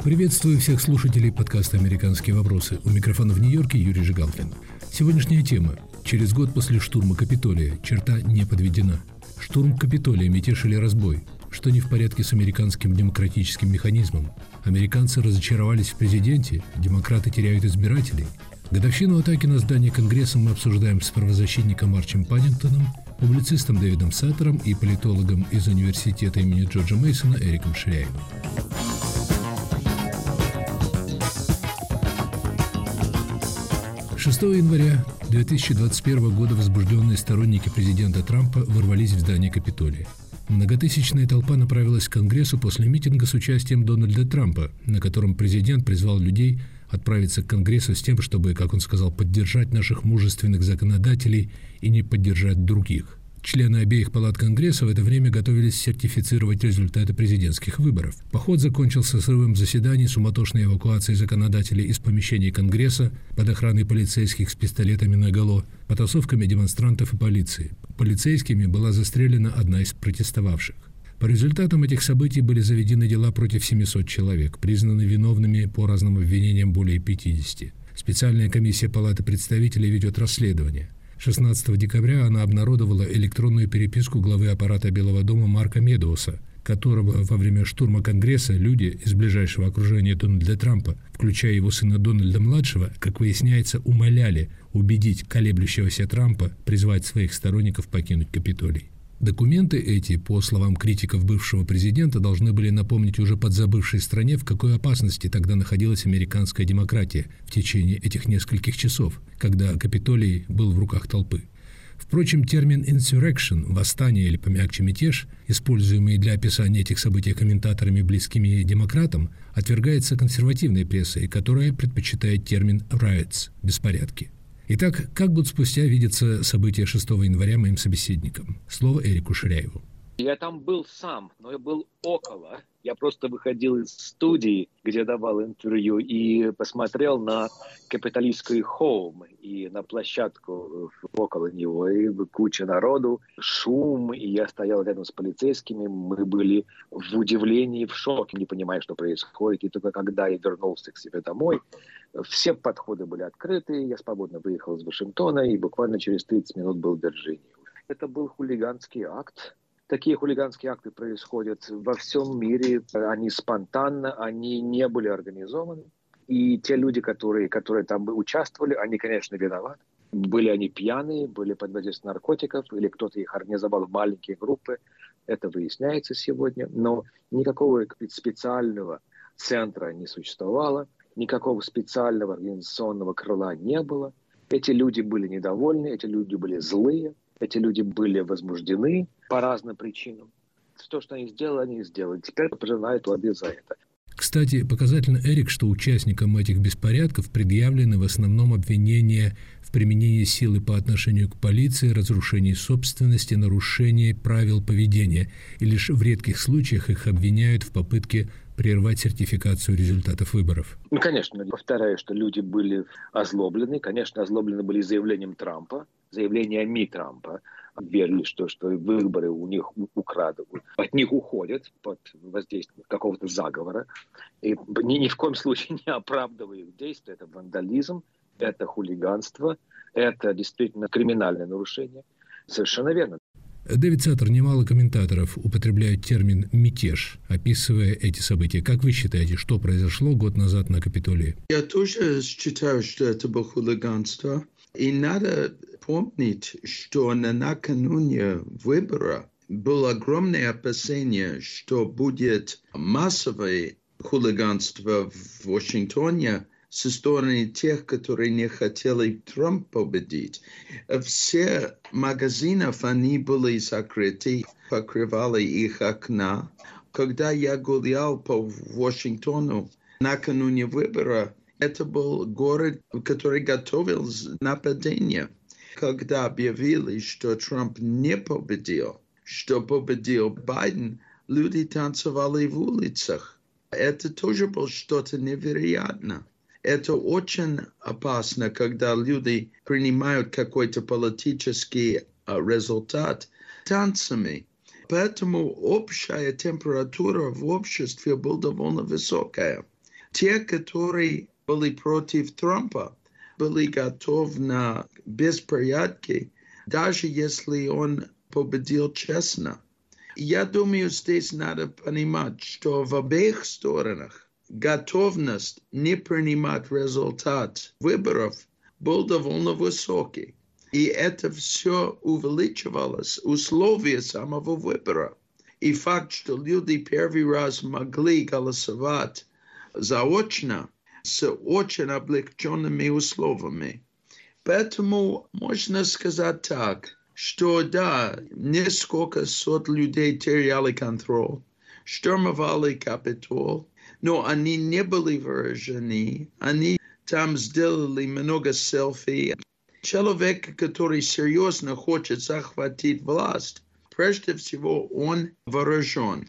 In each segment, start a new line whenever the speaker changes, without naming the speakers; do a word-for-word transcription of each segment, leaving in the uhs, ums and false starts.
Приветствую всех слушателей подкаста «Американские вопросы». У микрофона в Нью-Йорке Юрий Жигалкин. Сегодняшняя тема. Через год после штурма Капитолия. Черта не подведена. Штурм Капитолия, мятеж или разбой? Что не в порядке с американским демократическим механизмом? Американцы разочаровались в президенте? Демократы теряют избирателей? Годовщину атаки на здание Конгресса мы обсуждаем с правозащитником Арчи Паддингтоном, публицистом Дэвидом Саттером и политологом из университета имени Джорджа Мейсона Эриком Ширяевым. шестого января две тысячи двадцать первого года возбужденные сторонники президента Трампа ворвались в здание Капитолия. Многотысячная толпа направилась к Конгрессу после митинга с участием Дональда Трампа, на котором президент призвал людей отправиться к Конгрессу с тем, чтобы, как он сказал, поддержать наших мужественных законодателей и не поддержать других. Члены обеих палат Конгресса в это время готовились сертифицировать результаты президентских выборов. Поход закончился срывом заседаний, суматошной эвакуацией законодателей из помещений Конгресса под охраной полицейских с пистолетами наголо, потасовками демонстрантов и полиции. Полицейскими была застрелена одна из протестовавших. По результатам этих событий были заведены дела против семисот человек, признаны виновными по разным обвинениям более пятидесяти. Специальная комиссия Палаты представителей ведет расследование. шестнадцатого декабря она обнародовала электронную переписку главы аппарата Белого дома Марка Медоуса, которого во время штурма Конгресса люди из ближайшего окружения Дональда Трампа, включая его сына Дональда-младшего, как выясняется, умоляли убедить колеблющегося Трампа призвать своих сторонников покинуть Капитолий. Документы эти, по словам критиков бывшего президента, должны были напомнить уже подзабывшей стране, в какой опасности тогда находилась американская демократия в течение этих нескольких часов, когда Капитолий был в руках толпы. Впрочем, термин «insurrection» – «восстание» или помягче «мятеж», используемый для описания этих событий комментаторами, близкими демократам, отвергается консервативной прессой, которая предпочитает термин «riots» – «беспорядки». Итак, как год спустя видится событие шестого января моим собеседником? Слово Эрику Ширяеву.
Я там был сам, но я был около. Я просто выходил из студии, где давал интервью, и посмотрел на Капитолийский холм и на площадку около него. И куча народу, шум, и я стоял рядом с полицейскими. Мы были в удивлении, в шоке, не понимая, что происходит. И только когда я вернулся к себе домой, все подходы были открыты. Я свободно выехал из Вашингтона, и буквально через тридцать минут был в Вирджинии. Это был хулиганский акт. Такие хулиганские акты происходят во всем мире, они спонтанно, они не были организованы. И те люди, которые, которые там участвовали, они, конечно, виноваты. Были они пьяные, были под воздействием наркотиков, или кто-то их организовал в маленькие группы. Это выясняется сегодня. Но никакого специального центра не существовало, никакого специального организационного крыла не было. Эти люди были недовольны, эти люди были злые. Эти люди были возбуждены по разным причинам. То, что они сделали, они сделали. Теперь пожинают плоды за это.
Кстати, показательно, Эрик, что участникам этих беспорядков предъявлены в основном обвинения в применении силы по отношению к полиции, разрушении собственности, нарушении правил поведения. И лишь в редких случаях их обвиняют в попытке прервать сертификацию результатов выборов.
Ну, конечно, повторяю, что люди были озлоблены. Конечно, озлоблены были заявлением Трампа, заявлениями Трампа. Верили, что, что выборы у них украдут, от них уходят под воздействием какого-то заговора. И ни, ни в коем случае не оправдывая их действия. Это вандализм, это хулиганство, это действительно криминальное нарушение. Совершенно верно.
Дэвид Саттер, немало комментаторов употребляют термин «мятеж», описывая эти события. Как вы считаете, что произошло год назад на Капитолии?
Я тоже считаю, что это было хулиганство. И надо помнить, что на накануне выбора было огромное опасение, что будет массовое хулиганство в Вашингтоне со стороны тех, которые не хотели Трамп победить. Все магазины, они были закрыты, покрывали их окна. Когда я гулял по Вашингтону накануне выбора, это был город, который готовил нападение. Когда объявили, что Трамп не победил, что победил Байден, люди танцевали в улицах. Это тоже было что-то невероятное. Это очень опасно, когда люди принимают какой-то политический результат танцами. Поэтому общая температура в обществе была довольно высокая. Те, которые были против Трампа, были готовы на беспорядки, даже если он победил честно. Я думаю, здесь надо понимать, что в обеих сторонах готовность не принимать результат выборов был довольно высокий. И это все увеличивалось, условия самого выбора. И факт, что люди первый раз могли голосовать заочно с очень облегченными условиями. Поэтому можно сказать так, что да, несколько сот людей теряли контроль, штурмовали Капитол, но они не были выражены, они там сделали много селфи. Человек, который серьезно хочет захватить власть, прежде всего он вооружен.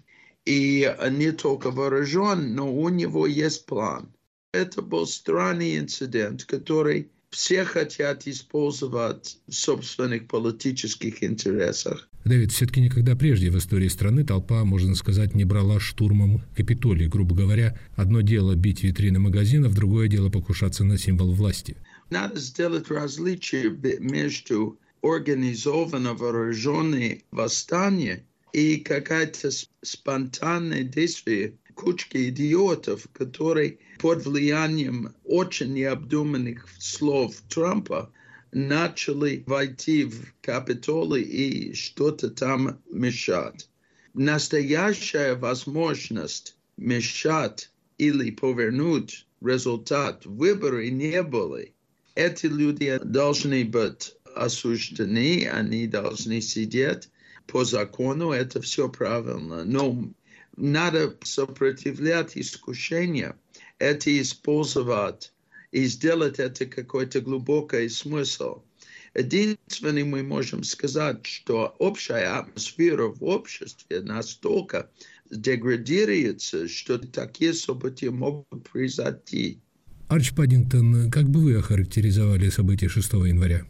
И не только вооружен, но у него есть план. Это был странный инцидент, который все хотят использовать в собственных политических интересах.
Дэвид, все-таки никогда прежде в истории страны толпа, можно сказать, не брала штурмом Капитолий. Грубо говоря, одно дело бить витрины магазинов, другое дело покушаться на символ власти.
Надо сделать различие между организованно вооруженным восстанием и какое-то спонтанное действие кучки идиотов, которые под влиянием очень необдуманных слов Трампа начали войти в Капитолий и что-то там мешать. Настоящая возможность мешать или повернуть результат выборов не были. Эти люди должны быть осуждены, они должны сидеть по закону, это все правильно. Но надо сопротивлять искушению, это использовать и сделать это какой-то глубокий смысл. Единственное, мы можем сказать, что общая атмосфера в обществе настолько деградируется, что такие события могут произойти.
Арчи Паддингтон, как бы вы охарактеризовали события шестого января?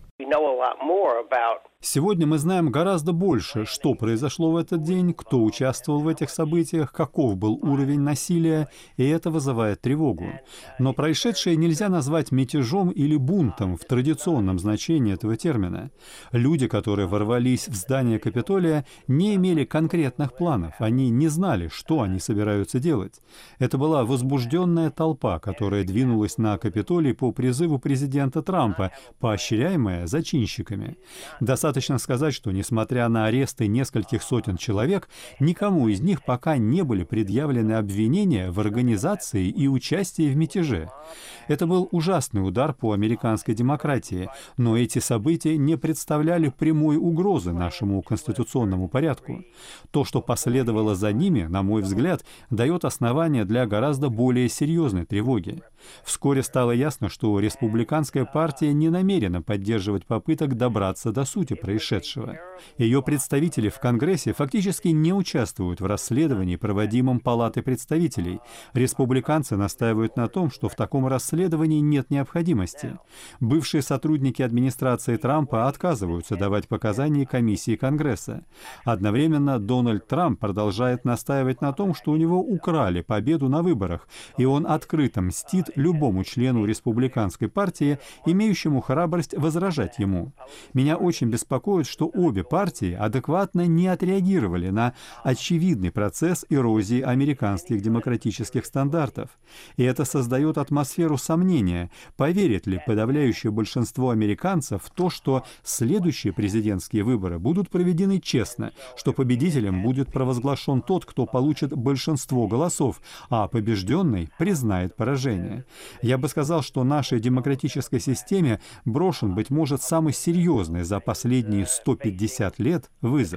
Сегодня мы знаем гораздо больше, что произошло в этот день, кто участвовал в этих событиях, каков был уровень насилия, и это вызывает тревогу. Но происшедшее нельзя назвать мятежом или бунтом в традиционном значении этого термина. Люди, которые ворвались в здание Капитолия, не имели конкретных планов, они не знали, что они собираются делать. Это была возбужденная толпа, которая двинулась на Капитолий по призыву президента Трампа, поощряемая зачинщиками. Достаточно Достаточно сказать, что, несмотря на аресты нескольких сотен человек, никому из них пока не были предъявлены обвинения в организации и участии в мятеже. Это был ужасный удар по американской демократии, но эти события не представляли прямой угрозы нашему конституционному порядку. То, что последовало за ними, на мой взгляд, дает основания для гораздо более серьезной тревоги. Вскоре стало ясно, что республиканская партия не намерена поддерживать попыток добраться до сути происшедшего. Ее представители в Конгрессе фактически не участвуют в расследовании, проводимом Палатой представителей. Республиканцы настаивают на том, что в таком расследовании нет необходимости. Бывшие сотрудники администрации Трампа отказываются давать показания комиссии Конгресса. Одновременно Дональд Трамп продолжает настаивать на том, что у него украли победу на выборах, и он открыто мстит любому члену республиканской партии, имеющему храбрость возражать ему. Меня очень беспокоит, что обе партии адекватно не отреагировали на очевидный процесс эрозии американских демократических стандартов. И это создает атмосферу сомнения, поверит ли подавляющее большинство американцев в то, что следующие президентские выборы будут проведены честно, что победителем будет провозглашен тот, кто получит большинство голосов, а побежденный признает поражение. Я бы сказал, что нашей демократической системе брошен, быть может, самый серьезный за последние сто пятьдесят лет вызов.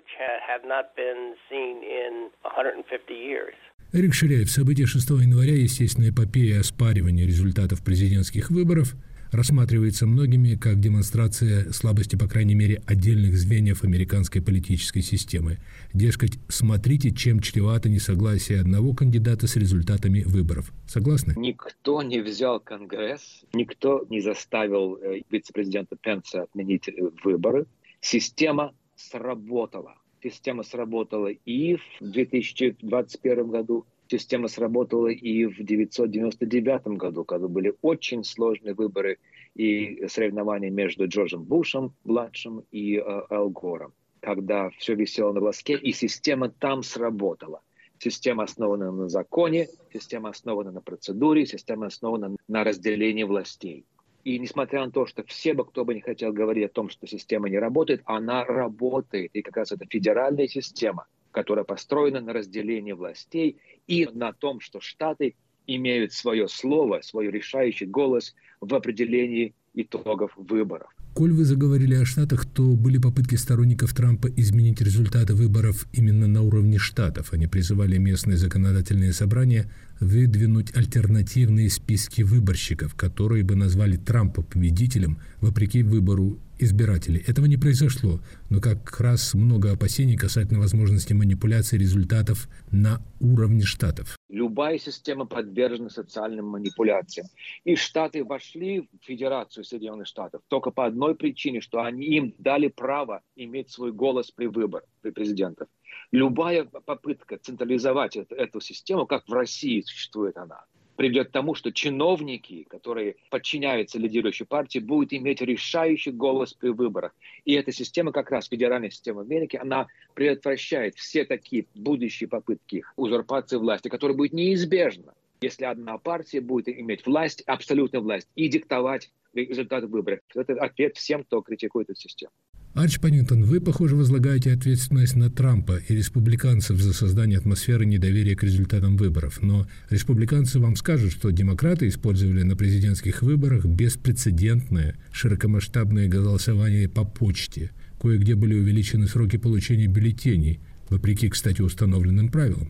Эрик Ширяев, события шестого января, естественно, эпопея оспаривания результатов президентских выборов, рассматривается многими как демонстрация слабости, по крайней мере, отдельных звеньев американской политической системы. Дескать, смотрите, чем чревато несогласие одного кандидата с результатами выборов. Согласны?
Никто не взял Конгресс, никто не заставил вице-президента Пенса отменить выборы. Система сработала. Система сработала и в две тысячи двадцать первом году, Система сработала и в тысяча девятьсот девяносто девятом году, когда были очень сложные выборы и соревнования между Джорджем Бушем-младшим и э, Ал Гором, когда все висело на волоске, и система там сработала. Система основана на законе, система основана на процедуре, система основана на разделении властей. И несмотря на то, что все бы, кто бы не хотел говорить о том, что система не работает, она работает. И как раз это федеральная система, которая построена на разделении властей и на том, что штаты имеют свое слово, свой решающий голос в определении итогов выборов.
Коль вы заговорили о Штатах, то были попытки сторонников Трампа изменить результаты выборов именно на уровне Штатов. Они призывали местные законодательные собрания выдвинуть альтернативные списки выборщиков, которые бы назвали Трампа победителем вопреки выбору избирателей. Этого не произошло, но как раз много опасений касательно возможности манипуляции результатов на уровне Штатов.
Любая система подвержена социальным манипуляциям. И Штаты вошли в Федерацию Соединенных Штатов только по одной причине, что они им дали право иметь свой голос при выборах, при президентах. Любая попытка централизовать эту, эту систему, как в России существует она, приведет к тому, что чиновники, которые подчиняются лидирующей партии, будут иметь решающий голос при выборах. И эта система, как раз федеральная система Америки, она предотвращает все такие будущие попытки узурпации власти, которая будет неизбежна, если одна партия будет иметь власть, абсолютную власть, и диктовать результаты выборов. Это ответ всем, кто критикует эту систему.
Арч Паддингтон, вы, похоже, возлагаете ответственность на Трампа и республиканцев за создание атмосферы недоверия к результатам выборов. Но республиканцы вам скажут, что демократы использовали на президентских выборах беспрецедентное широкомасштабное голосование по почте. Кое-где были увеличены сроки получения бюллетеней, вопреки, кстати, установленным правилам.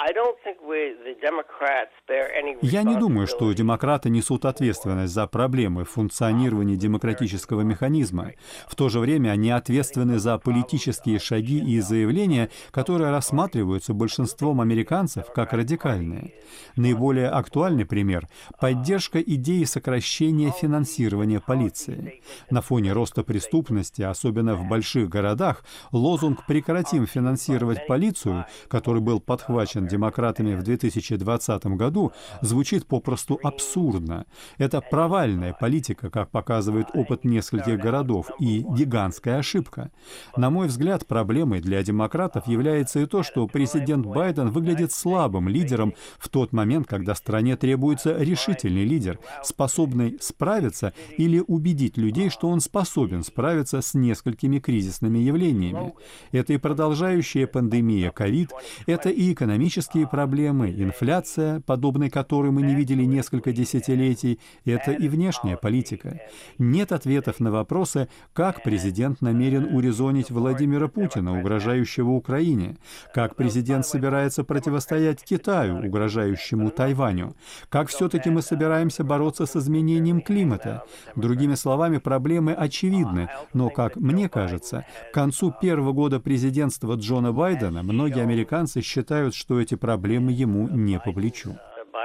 Я не думаю, что демократы несут ответственность за проблемы функционирования демократического механизма. В то же время они ответственны за политические шаги и заявления, которые рассматриваются большинством американцев как радикальные. Наиболее актуальный пример – поддержка идеи сокращения финансирования полиции. На фоне роста преступности, особенно в больших городах, лозунг «Прекратим финансировать полицию», который был подхвачен демократами в две тысячи двадцатом году, звучит попросту абсурдно. Это провальная политика, как показывает опыт нескольких городов, и гигантская ошибка. На мой взгляд, проблемой для демократов является и то, что президент Байден выглядит слабым лидером в тот момент, когда стране требуется решительный лидер, способный справиться или убедить людей, что он способен справиться с несколькими кризисными явлениями. Это и продолжающая пандемия ковид, это и экономические проблемы, инфляция, подобной которой мы не видели несколько десятилетий, это и внешняя политика. Нет ответов на вопросы, как президент намерен урезонить Владимира Путина, угрожающего Украине, как президент собирается противостоять Китаю, угрожающему Тайваню, как все-таки мы собираемся бороться с изменением климата. Другими словами, проблемы очевидны, но, как мне кажется, к концу первого года президентства Джона Байдена многие американцы считают, что эти проблемы ему не по плечу.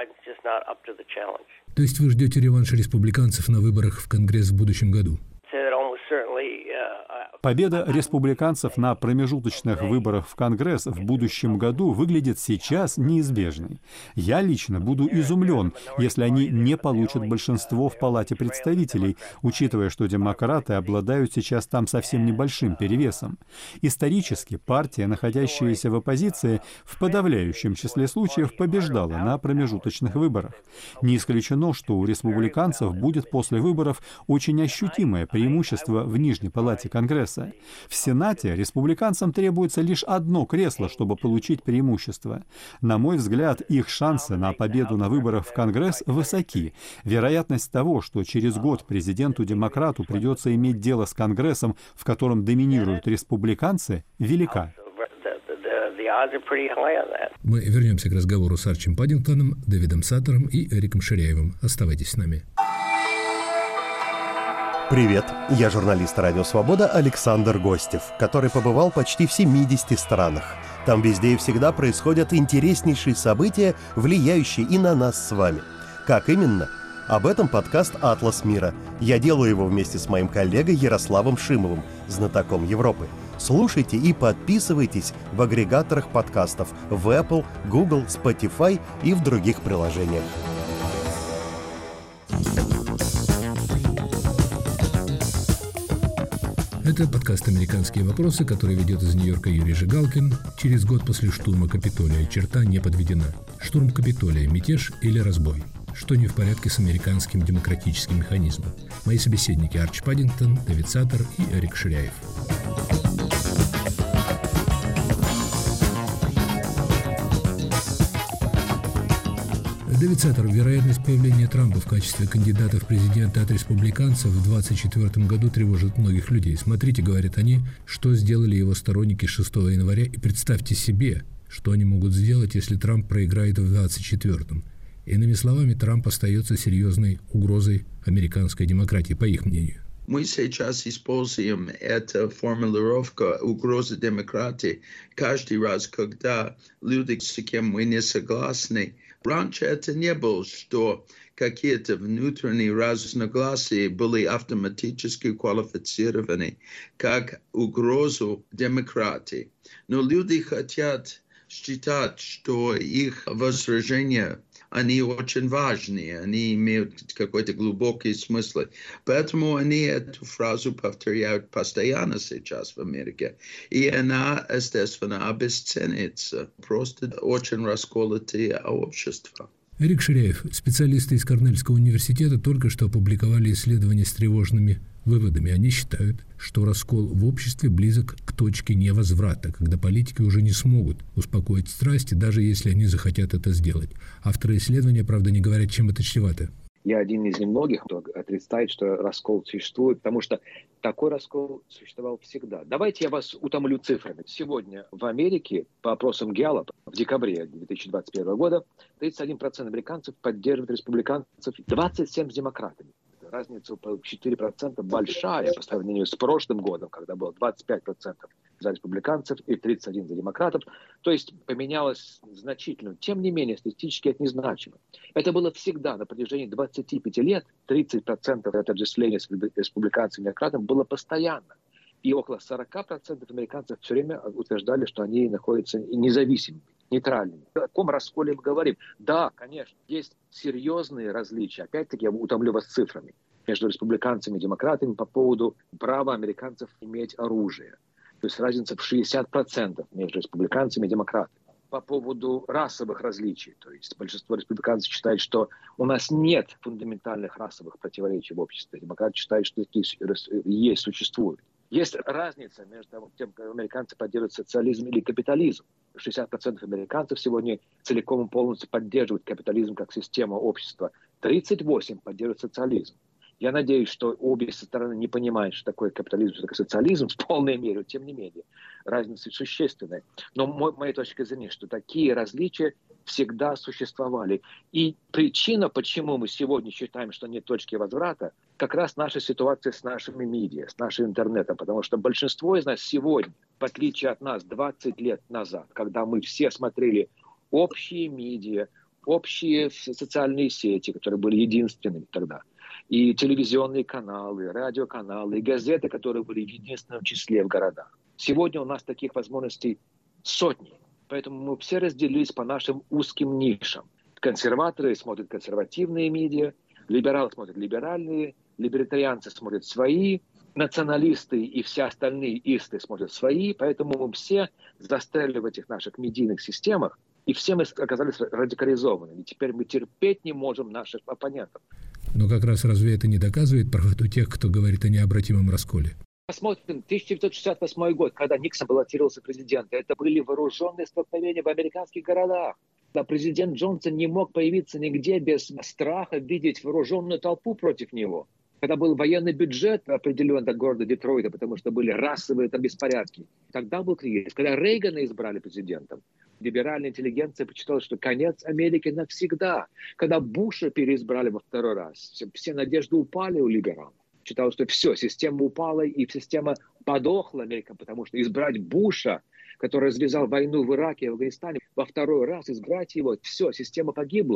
То есть вы ждете реванша республиканцев на выборах в Конгресс в будущем году?
Победа республиканцев на промежуточных выборах в Конгресс в будущем году выглядит сейчас неизбежной. Я лично буду изумлен, если они не получат большинство в Палате представителей, учитывая, что демократы обладают сейчас там совсем небольшим перевесом. Исторически партия, находящаяся в оппозиции, в подавляющем числе случаев побеждала на промежуточных выборах. Не исключено, что у республиканцев будет после выборов очень ощутимое преимущество в Нижней Палате Конгресса. В Сенате республиканцам требуется лишь одно кресло, чтобы получить преимущество. На мой взгляд, их шансы на победу на выборах в Конгресс высоки. Вероятность того, что через год президенту-демократу придется иметь дело с Конгрессом, в котором доминируют республиканцы, велика.
Мы вернемся к разговору с Арчем Паддингтоном, Дэвидом Саттером и Эриком Ширяевым. Оставайтесь с нами.
Привет, я журналист «Радио Свобода» Александр Гостев, который побывал почти в семидесяти странах. Там везде и всегда происходят интереснейшие события, влияющие и на нас с вами. Как именно? Об этом подкаст «Атлас мира». Я делаю его вместе с моим коллегой Ярославом Шимовым, знатоком Европы. Слушайте и подписывайтесь в агрегаторах подкастов в Apple, Google, Spotify и в других приложениях.
Это подкаст «Американские вопросы», который ведет из Нью-Йорка Юрий Жигалкин. Через год после штурма Капитолия черта не подведена. Штурм Капитолия – мятеж или разбой? Что не в порядке с американским демократическим механизмом? Мои собеседники Арчи Паддингтон, Дэвид Саттер и Эрик Ширяев. Дэвид Саттер, вероятность появления Трампа в качестве кандидата в президенты от республиканцев в двадцать четвёртом году тревожит многих людей. Смотрите, говорят они, что сделали его сторонники шестого января, и представьте себе, что они могут сделать, если Трамп проиграет в двадцать четвёртом. Иными словами, Трамп остается серьезной угрозой американской демократии, по их мнению.
Мы сейчас используем эту формулировку «угроза демократии» каждый раз, когда люди, с кем мы не согласны. Раньше это не было, что какие-то внутренние разногласия были автоматически квалифицированы как угрозу демократии. Но люди хотят считать, что их возражения, они очень важны, они имеют какой-то глубокий смысл. Поэтому они эту фразу повторяют постоянно сейчас в Америке. И она, естественно, обесценится. Просто очень расколотое общество.
Эрик Ширяев, специалисты из Корнельского университета, только что опубликовали исследование с тревожными выводами. Они считают, что раскол в обществе близок к точке невозврата, когда политики уже не смогут успокоить страсти, даже если они захотят это сделать. Авторы исследования, правда, не говорят, чем это чревато.
Я один из немногих, кто отрицает, что раскол существует, потому что такой раскол существовал всегда. Давайте я вас утомлю цифрами. Сегодня в Америке, по опросам Gallup, в декабре две тысячи двадцать первого года, тридцать один процент американцев поддерживает республиканцев, двадцать семь процентов с демократами. Разница по четыре процента большая по сравнению с прошлым годом, когда было двадцать пять процентов за республиканцев и тридцать один процент за демократов. То есть поменялось значительно. Тем не менее, статистически это незначимо. Это было всегда на протяжении двадцати пяти лет. тридцать процентов отождествления с республиканцами и демократами было постоянно. И около сорок процентов американцев все время утверждали, что они находятся независимыми, нейтральными. О каком расколе мы говорим? Да, конечно, есть серьезные различия. Опять-таки, я утомлю вас цифрами. Между республиканцами и демократами по поводу права американцев иметь оружие. То есть разница в шестьдесят процентов между республиканцами и демократами. По поводу расовых различий. То есть большинство республиканцев считает, что у нас нет фундаментальных расовых противоречий в обществе. Демократы считают, что такие есть, существуют. Есть разница между тем, как американцы поддерживают социализм или капитализм. шестьдесят процентов американцев сегодня целиком и полностью поддерживают капитализм как систему общества. тридцать восемь процентов поддерживают социализм. Я надеюсь, что обе стороны не понимают, что такое капитализм, что такое социализм в полной мере. Тем не менее, разница существенная. Но мой, моя точка зрения, что такие различия всегда существовали. И причина, почему мы сегодня считаем, что нет точки возврата, как раз наша ситуация с нашими медиа, с нашим интернетом. Потому что большинство из нас сегодня, в отличие от нас двадцать лет назад, когда мы все смотрели общие медиа, общие социальные сети, которые были единственными тогда, и телевизионные каналы, радиоканалы, и газеты, которые были в единственном числе в городах. Сегодня у нас таких возможностей сотни. Поэтому мы все разделились по нашим узким нишам. Консерваторы смотрят консервативные медиа, либералы смотрят либеральные, либертарианцы смотрят свои, националисты и все остальные исты смотрят свои. Поэтому мы все застряли в этих наших медийных системах, и все мы оказались радикализованы. И теперь мы терпеть не можем наших оппонентов.
Но как раз разве это не доказывает правоту тех, кто говорит о необратимом расколе?
Посмотрим, тысяча девятьсот шестьдесят восьмой год, когда Никсон баллотировался президентом, это были вооруженные столкновения в американских городах. Да, президент Джонсон не мог появиться нигде без страха видеть вооруженную толпу против него. Когда был военный бюджет определен до города Детройта, потому что были расовые там беспорядки, тогда был кризис. Когда Рейгана избрали президентом, либеральная интеллигенция почитала, что конец Америки навсегда. Когда Буша переизбрали во второй раз, все, все надежды упали у либералов. Считалось, что все, система упала, и система подохла Америка, потому что избрать Буша, который развязал войну в Ираке и Афганистане, во второй раз избрать его, все, система погибла.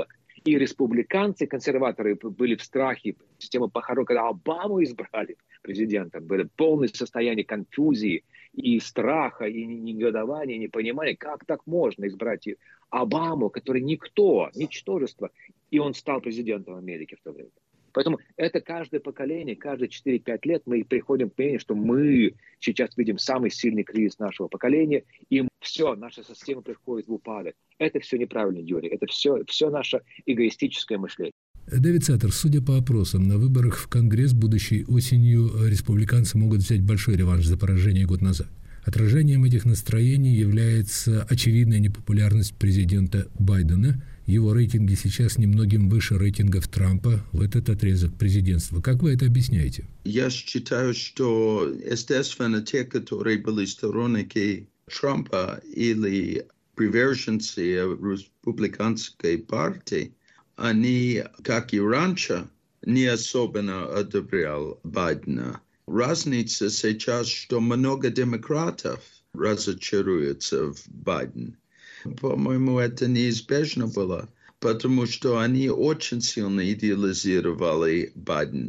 И республиканцы, консерваторы были в страхе системы похорон, когда Обаму избрали президентом. Было полное состояние конфузии и страха, и негодования, и непонимания, как так можно избрать Обаму, который никто, ничтожество, и он стал президентом Америки в то время. Поэтому это каждое поколение, каждые четыре-пять лет мы приходим к мнению, что мы сейчас видим самый сильный кризис нашего поколения, и все, наша система приходит в упадок. Это все неправильно, Юрий, это все, все наше эгоистическое мышление.
Дэвид Саттер, судя по опросам, на выборах в Конгресс будущей осенью республиканцы могут взять большой реванш за поражение год назад. Отражением этих настроений является очевидная непопулярность президента Байдена. Его рейтинги сейчас немногим выше рейтингов Трампа в этот отрезок президентства. Как вы это объясняете?
Я считаю, что, естественно, те, которые были сторонники Трампа или приверженцы республиканской партии, они, как и раньше, не особенно одобряли Байдена. Разница сейчас, что много демократов разочаруются в Байдене. По-моему, это неизбежно было, потому что они очень сильно идеализировали Байдена.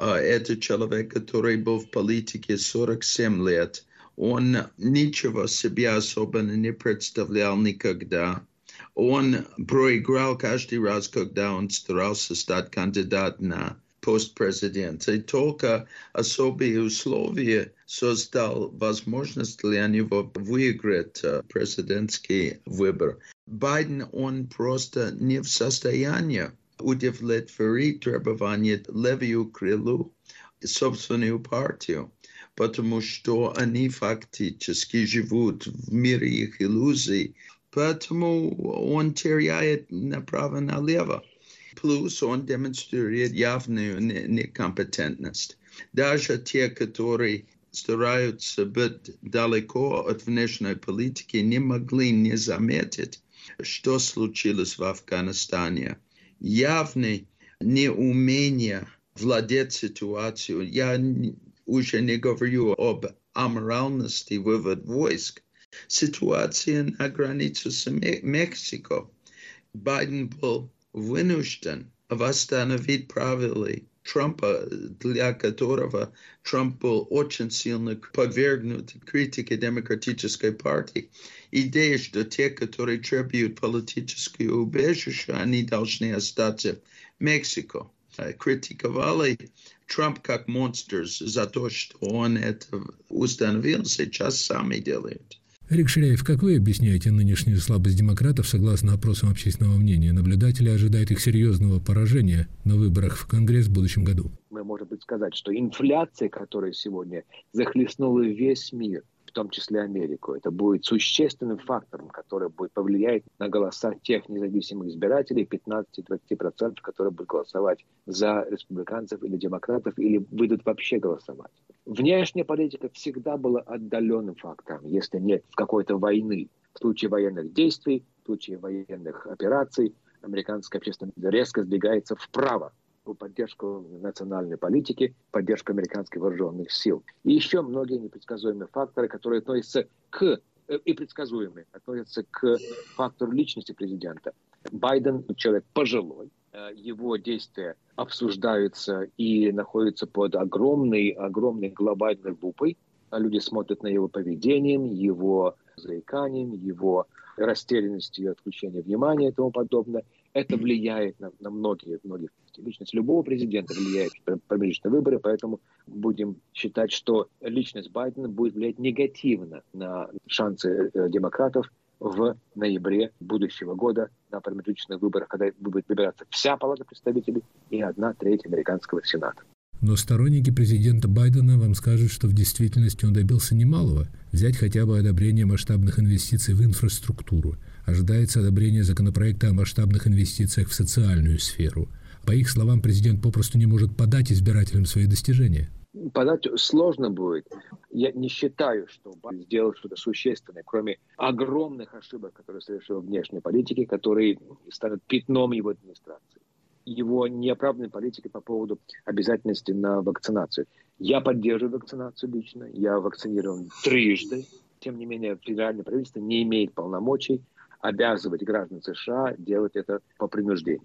Это человек, который был в политике сорок семь лет. Он ничего себе особенно не представлял никогда. Он проиграл каждый раз, когда он старался стать кандидатом на пост президента. И только особые условия создал возможность для него выиграть президентский выбор. Байден, он просто не в состоянии удовлетворить требования левую крылу, собственную партию, потому что они фактически живут в мире их иллюзий. Поэтому он теряет направо-налево. Плюс он демонстрирует явную некомпетентность. Даже те, которые стараются быть далеко от внешней политики, не могли не заметить, что случилось в Афганистане. Явное неумение владеть ситуацией. Я уже не говорю об аморальности вывода войск. Ситуация на границе с Мексикой. Байден был вынужден восстановить правила Трампа, для которого Трамп был очень сильно подвергнут критике демократической партии. Идея, что те, которые требуют политическое убежище, они должны остаться в Мексике. Критиковали Трамп как монстр за то, что он это установил, сейчас сами делают.
Эрик Ширяев, как вы объясняете нынешнюю слабость демократов? Согласно опросам общественного мнения, наблюдатели ожидают их серьезного поражения на выборах в Конгресс в будущем году.
Мы можем сказать, что инфляция, которая сегодня захлестнула весь мир, в том числе Америку, это будет существенным фактором, который будет повлиять на голоса тех независимых избирателей, пятнадцать-двадцать процентов, которые будут голосовать за республиканцев или демократов, или выйдут вообще голосовать. Внешняя политика всегда была отдаленным фактором, если нет какой-то войны. В случае военных действий, в случае военных операций, американское общество резко сдвигается вправо в поддержку национальной политики, поддержку американских вооруженных сил. И еще многие непредсказуемые факторы, которые относятся к, и предсказуемые, относятся к фактору личности президента. Байден человек пожилой, его действия обсуждаются и находятся под огромной, огромной глобальной лупой. Люди смотрят на его поведением, его заиканием, его растерянностью и отключением внимания и тому подобное. Это влияет на, на многие, многие личность любого президента влияет на промежуточные выборы, поэтому будем считать, что личность Байдена будет влиять негативно на шансы э, демократов в ноябре будущего года на промежуточных выборах, когда будет выбираться вся палата представителей и одна треть американского сената.
Но сторонники президента Байдена вам скажут, что в действительности он добился немалого. Взять хотя бы одобрение масштабных инвестиций в инфраструктуру. Ожидается одобрение законопроекта о масштабных инвестициях в социальную сферу. По их словам, президент попросту не может подать избирателям свои достижения.
Подать сложно будет. Я не считаю, что Байден сделал что-то существенное, кроме огромных ошибок, которые совершил в внешней политике, которые станут пятном его администрации. Его неоправданной политики по поводу обязательности на вакцинацию. Я поддерживаю вакцинацию лично, я вакцинирован трижды. Тем не менее, федеральное правительство не имеет полномочий обязывать граждан США делать это по принуждению.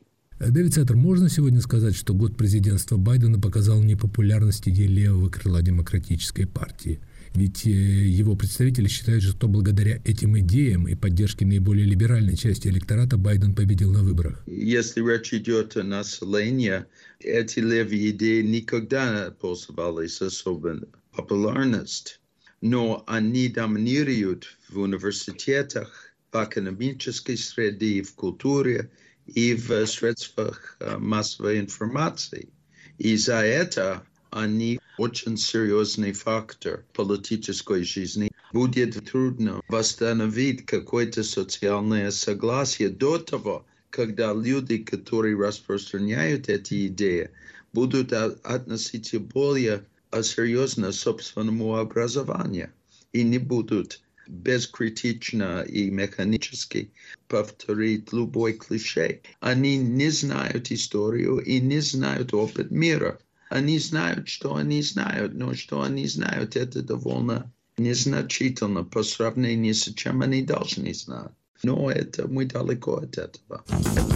Дэвид Сеттер, можно сегодня сказать, что год президентства Байдена показал непопулярность идей левого крыла демократической партии? Ведь его представители считают, что благодаря этим идеям и поддержке наиболее либеральной части электората Байден победил на выборах.
Если речь идет о населении, эти левые идеи никогда не пользовались особой популярностью, но они доминируют в университетах, в академической среде, в культуре и в средствах массовой информации. Из-за этого они очень серьезный фактор политической жизни. Будет трудно восстановить какое-то социальное согласие до того, когда люди, которые распространяют эти идеи, будут относиться более серьезно к собственному образованию и не будут бескритично и механически повторить любой клише. Они не знают историю и не знают опыт мира. Они знают, что они знают, но что они знают, это довольно незначительно по сравнению с чем они должны знать. Но это мы далеко от этого.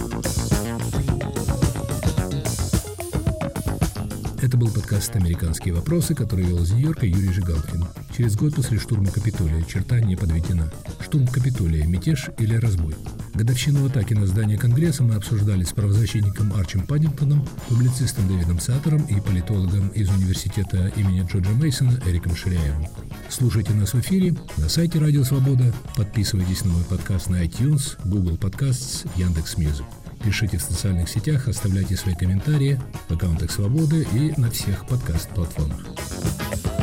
Это был подкаст «Американские вопросы», который вел из Нью-Йорка Юрий Жигалкин. Через год после штурма Капитолия черта не подведена. Штурм Капитолия – мятеж или разбой? Годовщину атаки на здание Конгресса мы обсуждали с правозащитником Арчем Паддингтоном, публицистом Дэвидом Саттером и политологом из университета имени Джорджа Мейсона Эриком Ширяевым. Слушайте нас в эфире на сайте Радио Свобода, подписывайтесь на мой подкаст на iTunes, Google Podcasts, Яндекс.Мьюзик. Пишите в социальных сетях, оставляйте свои комментарии в аккаунтах Свободы и на всех подкаст-платформах.